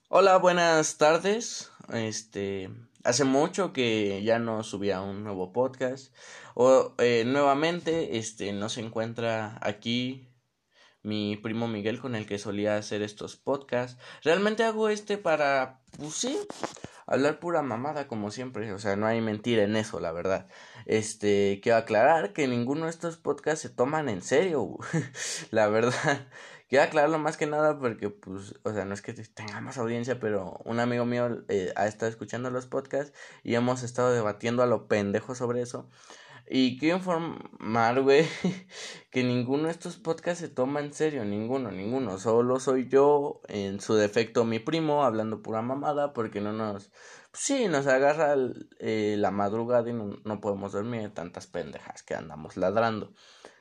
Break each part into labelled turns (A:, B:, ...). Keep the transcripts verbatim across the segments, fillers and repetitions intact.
A: Hola, buenas tardes. Este, hace mucho que ya no subía un nuevo podcast. O eh, nuevamente, este, no se encuentra aquí mi primo Miguel con el que solía hacer estos podcasts. Realmente hago este para, pues sí, hablar pura mamada como siempre. O sea, no hay mentira en eso, la verdad. Este, quiero aclarar que ninguno de estos podcasts se toman en serio. La verdad. Quiero aclararlo más que nada porque, pues, o sea, no es que tengamos audiencia, pero un amigo mío eh, ha estado escuchando los podcasts y hemos estado debatiendo a lo pendejo sobre eso. Y quiero informar, güey, que ninguno de estos podcasts se toma en serio, ninguno, ninguno. Solo soy yo, en su defecto mi primo, hablando pura mamada, porque no nos... Pues sí, nos agarra el- eh, la madrugada y no, no podemos dormir de tantas pendejas que andamos ladrando.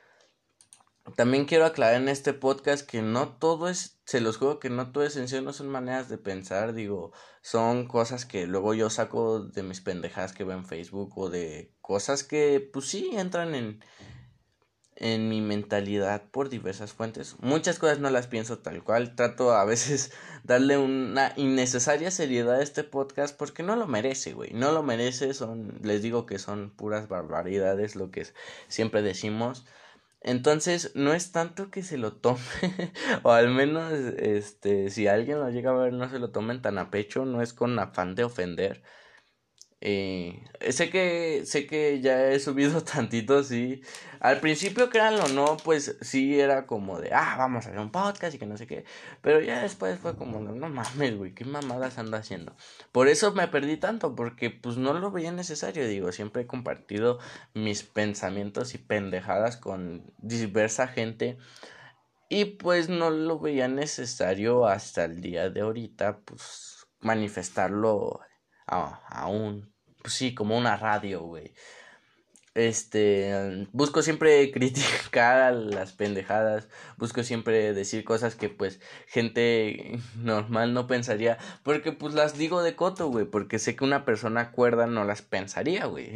A: También quiero aclarar en este podcast que no todo es, se los juro que no todo es sencillo, no son maneras de pensar, digo, son cosas que luego yo saco de mis pendejadas que veo en Facebook o de cosas que pues sí entran en, en mi mentalidad por diversas fuentes. Muchas cosas no las pienso tal cual, trato a veces darle una innecesaria seriedad a este podcast porque no lo merece, güey, no lo merece, son, les digo que son puras barbaridades lo que siempre decimos. Entonces, no es tanto que se lo tome, o al menos, este, si alguien lo llega a ver, no se lo tomen tan a pecho, no es con afán de ofender. Eh, sé que, sé que ya he subido tantito, sí. Al principio, créanlo, no, pues sí era como de, ah, vamos a hacer un podcast y que no sé qué. Pero ya después fue como, de, no mames, güey, qué mamadas anda haciendo. Por eso me perdí tanto, porque pues no lo veía necesario, digo, siempre he compartido mis pensamientos y pendejadas con diversa gente. Y pues no lo veía necesario hasta el día de ahorita, pues manifestarlo a, a un, pues sí, como una radio, güey. Este, busco siempre criticar a las pendejadas, busco siempre decir cosas que pues gente normal no pensaría, porque pues las digo de coto, güey, porque sé que una persona cuerda no las pensaría, güey.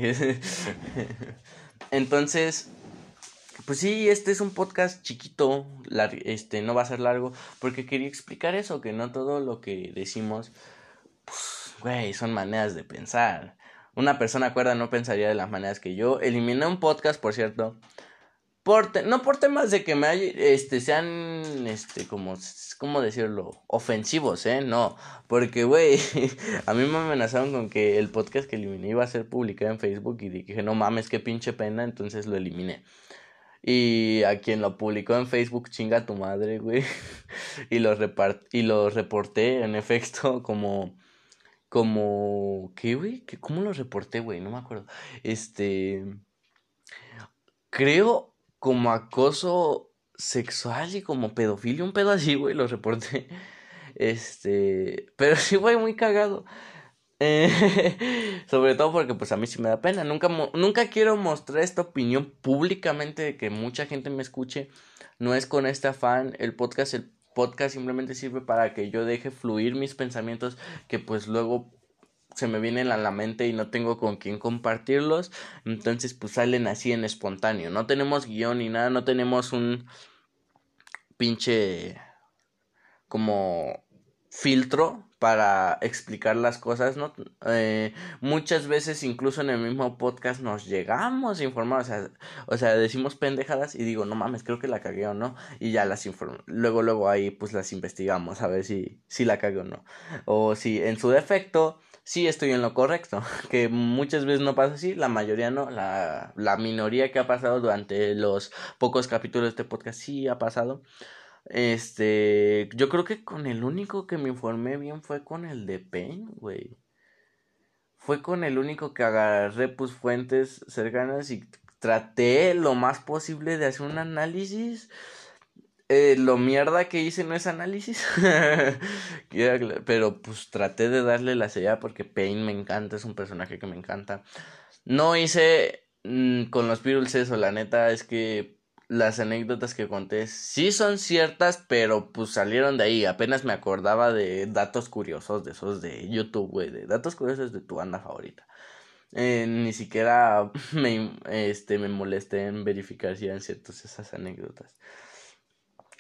A: Entonces, pues sí, este es un podcast chiquito, lar- este, no va a ser largo, porque quería explicar eso, que no todo lo que decimos, güey, son maneras de pensar. Una persona cuerda no pensaría de las maneras que yo. Eliminé un podcast, por cierto, por te- no por temas de que me hay- este, sean, este, como, ¿cómo decirlo? Ofensivos, ¿eh? No, porque, güey, a mí me amenazaron con que el podcast que eliminé iba a ser publicado en Facebook y dije, no mames, qué pinche pena, entonces lo eliminé. Y a quien lo publicó en Facebook, chinga tu madre, güey. Y lo repart y lo reporté, en efecto, como, como, ¿qué, güey? ¿Qué, ¿Cómo lo reporté, güey? No me acuerdo. Este, creo como acoso sexual y como pedofilia, un pedo así, güey, lo reporté. Este, pero sí, güey, muy cagado. Eh, sobre todo porque pues a mí sí me da pena. Nunca, mo- nunca quiero mostrar esta opinión públicamente de que mucha gente me escuche. No es con este afán. El podcast, el podcast simplemente sirve para que yo deje fluir mis pensamientos que pues luego se me vienen a la mente y no tengo con quién compartirlos. Entonces pues salen así en espontáneo. No tenemos guión ni nada. No tenemos un pinche como filtro para explicar las cosas, ¿no? Eh, muchas veces incluso en el mismo podcast nos llegamos a informar, o sea, o sea, decimos pendejadas y digo, no mames, creo que la cagué o no, y ya las informo, luego, luego ahí pues las investigamos a ver si, si la cagué o no, o si en su defecto sí estoy en lo correcto, que muchas veces no pasa así, la mayoría no, la, la minoría que ha pasado durante los pocos capítulos de este podcast sí ha pasado. Este, yo creo que con el único que me informé bien fue con el de Pain, güey. Fue con el único que agarré pues fuentes cercanas y traté lo más posible de hacer un análisis. Eh, lo mierda que hice no es análisis. Quiero aclar- Pero pues traté de darle la seriedad porque Pain me encanta, es un personaje que me encanta. No hice mm, con los Beatles eso, la neta es que las anécdotas que conté sí son ciertas, pero pues salieron de ahí. Apenas me acordaba de datos curiosos de esos de YouTube, güey, de datos curiosos de tu banda favorita. Eh, ni siquiera me, este, me molesté en verificar si eran ciertas esas anécdotas.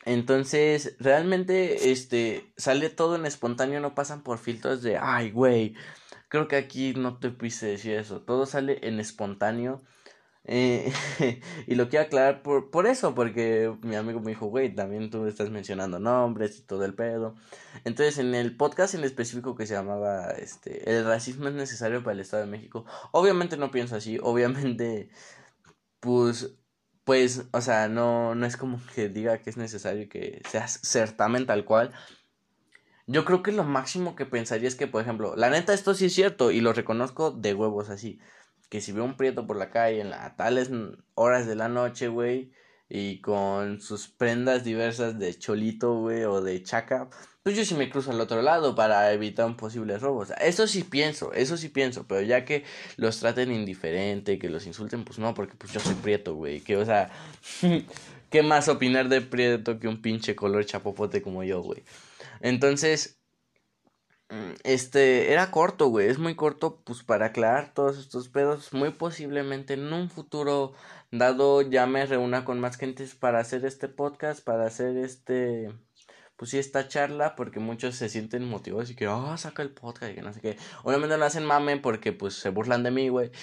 A: Entonces, realmente, este, sale todo en espontáneo, no pasan por filtros de, ay, güey, creo que aquí no te quise decir eso. Todo sale en espontáneo. Eh, y lo quiero aclarar por, por eso, porque mi amigo me dijo, güey, también tú estás mencionando nombres y todo el pedo. Entonces, en el podcast en específico que se llamaba, este, El racismo es necesario para el Estado de México, obviamente no pienso así, obviamente, pues, pues, o sea, no, no es como que diga que es necesario que sea certamen tal cual. Yo creo que lo máximo que pensaría es que, por ejemplo, la neta, esto sí es cierto y lo reconozco de huevos así. Que si veo un prieto por la calle en las tales horas de la noche, güey, y con sus prendas diversas de cholito, güey, o de chaca, pues yo sí me cruzo al otro lado para evitar un posible robo. O sea, eso sí pienso, eso sí pienso, pero ya que los traten indiferente, que los insulten, pues no, porque pues yo soy prieto, güey, que, o sea, ¿qué más opinar de prieto que un pinche color chapopote como yo, güey? Entonces, mm, este, era corto, güey, es muy corto, pues para aclarar todos estos pedos, muy posiblemente en un futuro dado ya me reúna con más gentes para hacer este podcast, para hacer este, pues sí, esta charla, porque muchos se sienten motivados y que, ah, saca el podcast y que no sé qué, obviamente lo hacen mame porque, pues, se burlan de mí, güey,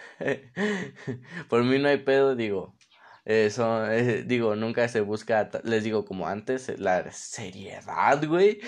A: por mí no hay pedo, digo, eso, eh, digo, nunca se busca, ta- les digo como antes, eh, la seriedad, güey.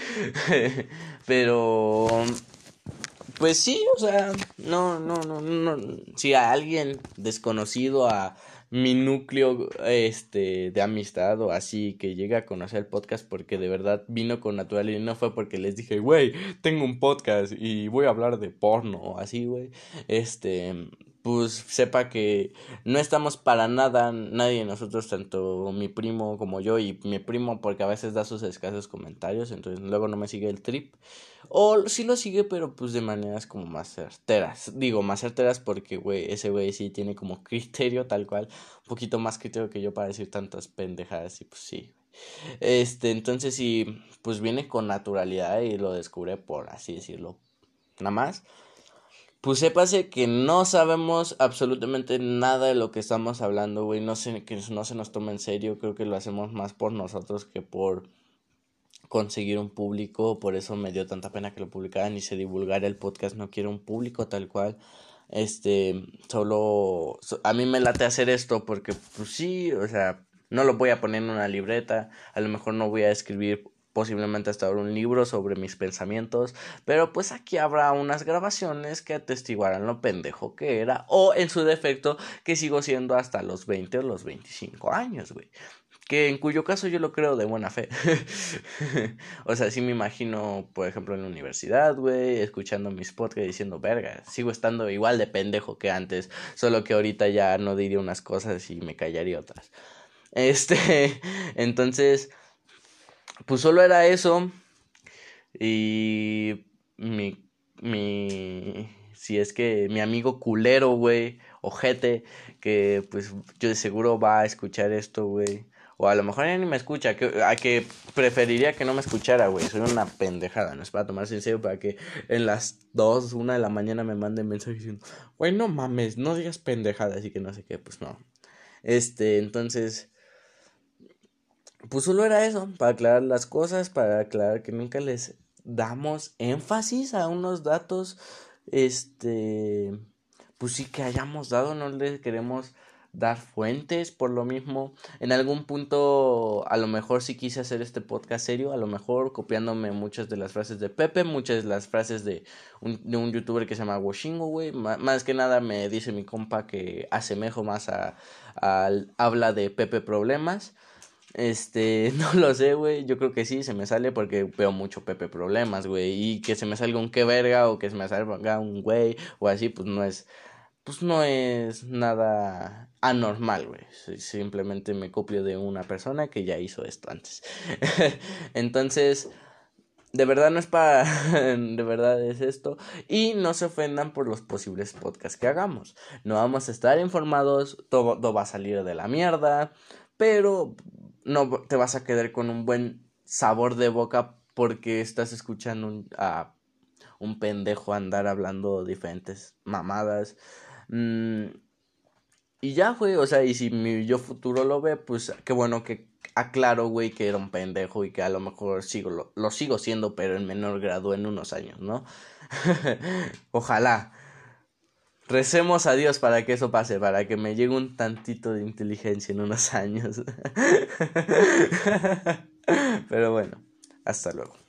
A: Pero, pues sí, o sea, no, no, no, no. Si a alguien desconocido a mi núcleo, este, de amistad o así, que llega a conocer el podcast porque de verdad vino con naturalidad y no fue porque les dije, güey, tengo un podcast y voy a hablar de porno o así, güey. Este, pues sepa que no estamos para nada, nadie de nosotros, tanto mi primo como yo, y mi primo porque a veces da sus escasos comentarios, entonces luego no me sigue el trip. O sí lo sigue, pero pues de maneras como más certeras. Digo, más certeras porque, güey, ese güey sí tiene como criterio tal cual. Un poquito más criterio que yo para decir tantas pendejadas y pues sí. Este, entonces sí, pues viene con naturalidad y lo descubre por así decirlo. Nada más. Pues sépase que no sabemos absolutamente nada de lo que estamos hablando, güey. No sé, que no se nos tome en serio. Creo que lo hacemos más por nosotros que por conseguir un público, por eso me dio tanta pena que lo publicaran y se divulgara el podcast. No quiero un público tal cual. Este, solo so- a mí me late hacer esto porque pues sí, o sea, no lo voy a poner en una libreta, a lo mejor no voy a escribir posiblemente hasta ahora un libro sobre mis pensamientos, pero pues aquí habrá unas grabaciones que atestiguarán lo pendejo que era, o en su defecto que sigo siendo hasta los veinte o los veinticinco años, güey. Que en cuyo caso yo lo creo de buena fe. O sea, sí me imagino, por ejemplo, en la universidad, güey, escuchando mis podcasts diciendo, verga, sigo estando igual de pendejo que antes, solo que ahorita ya no diría unas cosas y me callaría otras. Este, entonces, pues solo era eso. Y mi, mi, si es que mi amigo culero, güey, ojete, que pues yo de seguro va a escuchar esto, güey. O a lo mejor ya ni me escucha, que, a que preferiría que no me escuchara, güey. Soy una pendejada, no es para tomarse en serio, para que en las dos, una de la mañana me manden mensajes diciendo, güey, no mames, no digas pendejadas y que no sé qué, pues no. Este, entonces, pues solo era eso, para aclarar las cosas, para aclarar que nunca les damos énfasis a unos datos, este, pues sí que hayamos dado, no les queremos dar fuentes por lo mismo. En algún punto, a lo mejor sí quise hacer este podcast serio, a lo mejor copiándome muchas de las frases de Pepe, muchas de las frases de un, de un youtuber que se llama Washingo, güey. M- más que nada me dice mi compa que asemejo más a, al habla de Pepe Problemas. Este, no lo sé, güey. Yo creo que sí, se me sale porque veo mucho Pepe Problemas, güey. Y que se me salga un qué verga o que se me salga un güey o así, pues no es, pues no es nada anormal, güey. Sí, simplemente me copio de una persona que ya hizo esto antes. Entonces, de verdad no es para, de verdad es esto. Y no se ofendan por los posibles podcasts que hagamos. No vamos a estar informados, todo, va a salir de la mierda, pero no te vas a quedar con un buen sabor de boca porque estás escuchando un, a un pendejo andar hablando diferentes mamadas. Mm, y ya, güey, o sea, y si mi yo futuro lo ve, pues qué bueno que aclaro, güey, que era un pendejo y que a lo mejor sigo, lo, lo sigo siendo, pero en menor grado en unos años, ¿no? Ojalá. Recemos a Dios para que eso pase, para que me llegue un tantito de inteligencia en unos años. Pero bueno, hasta luego.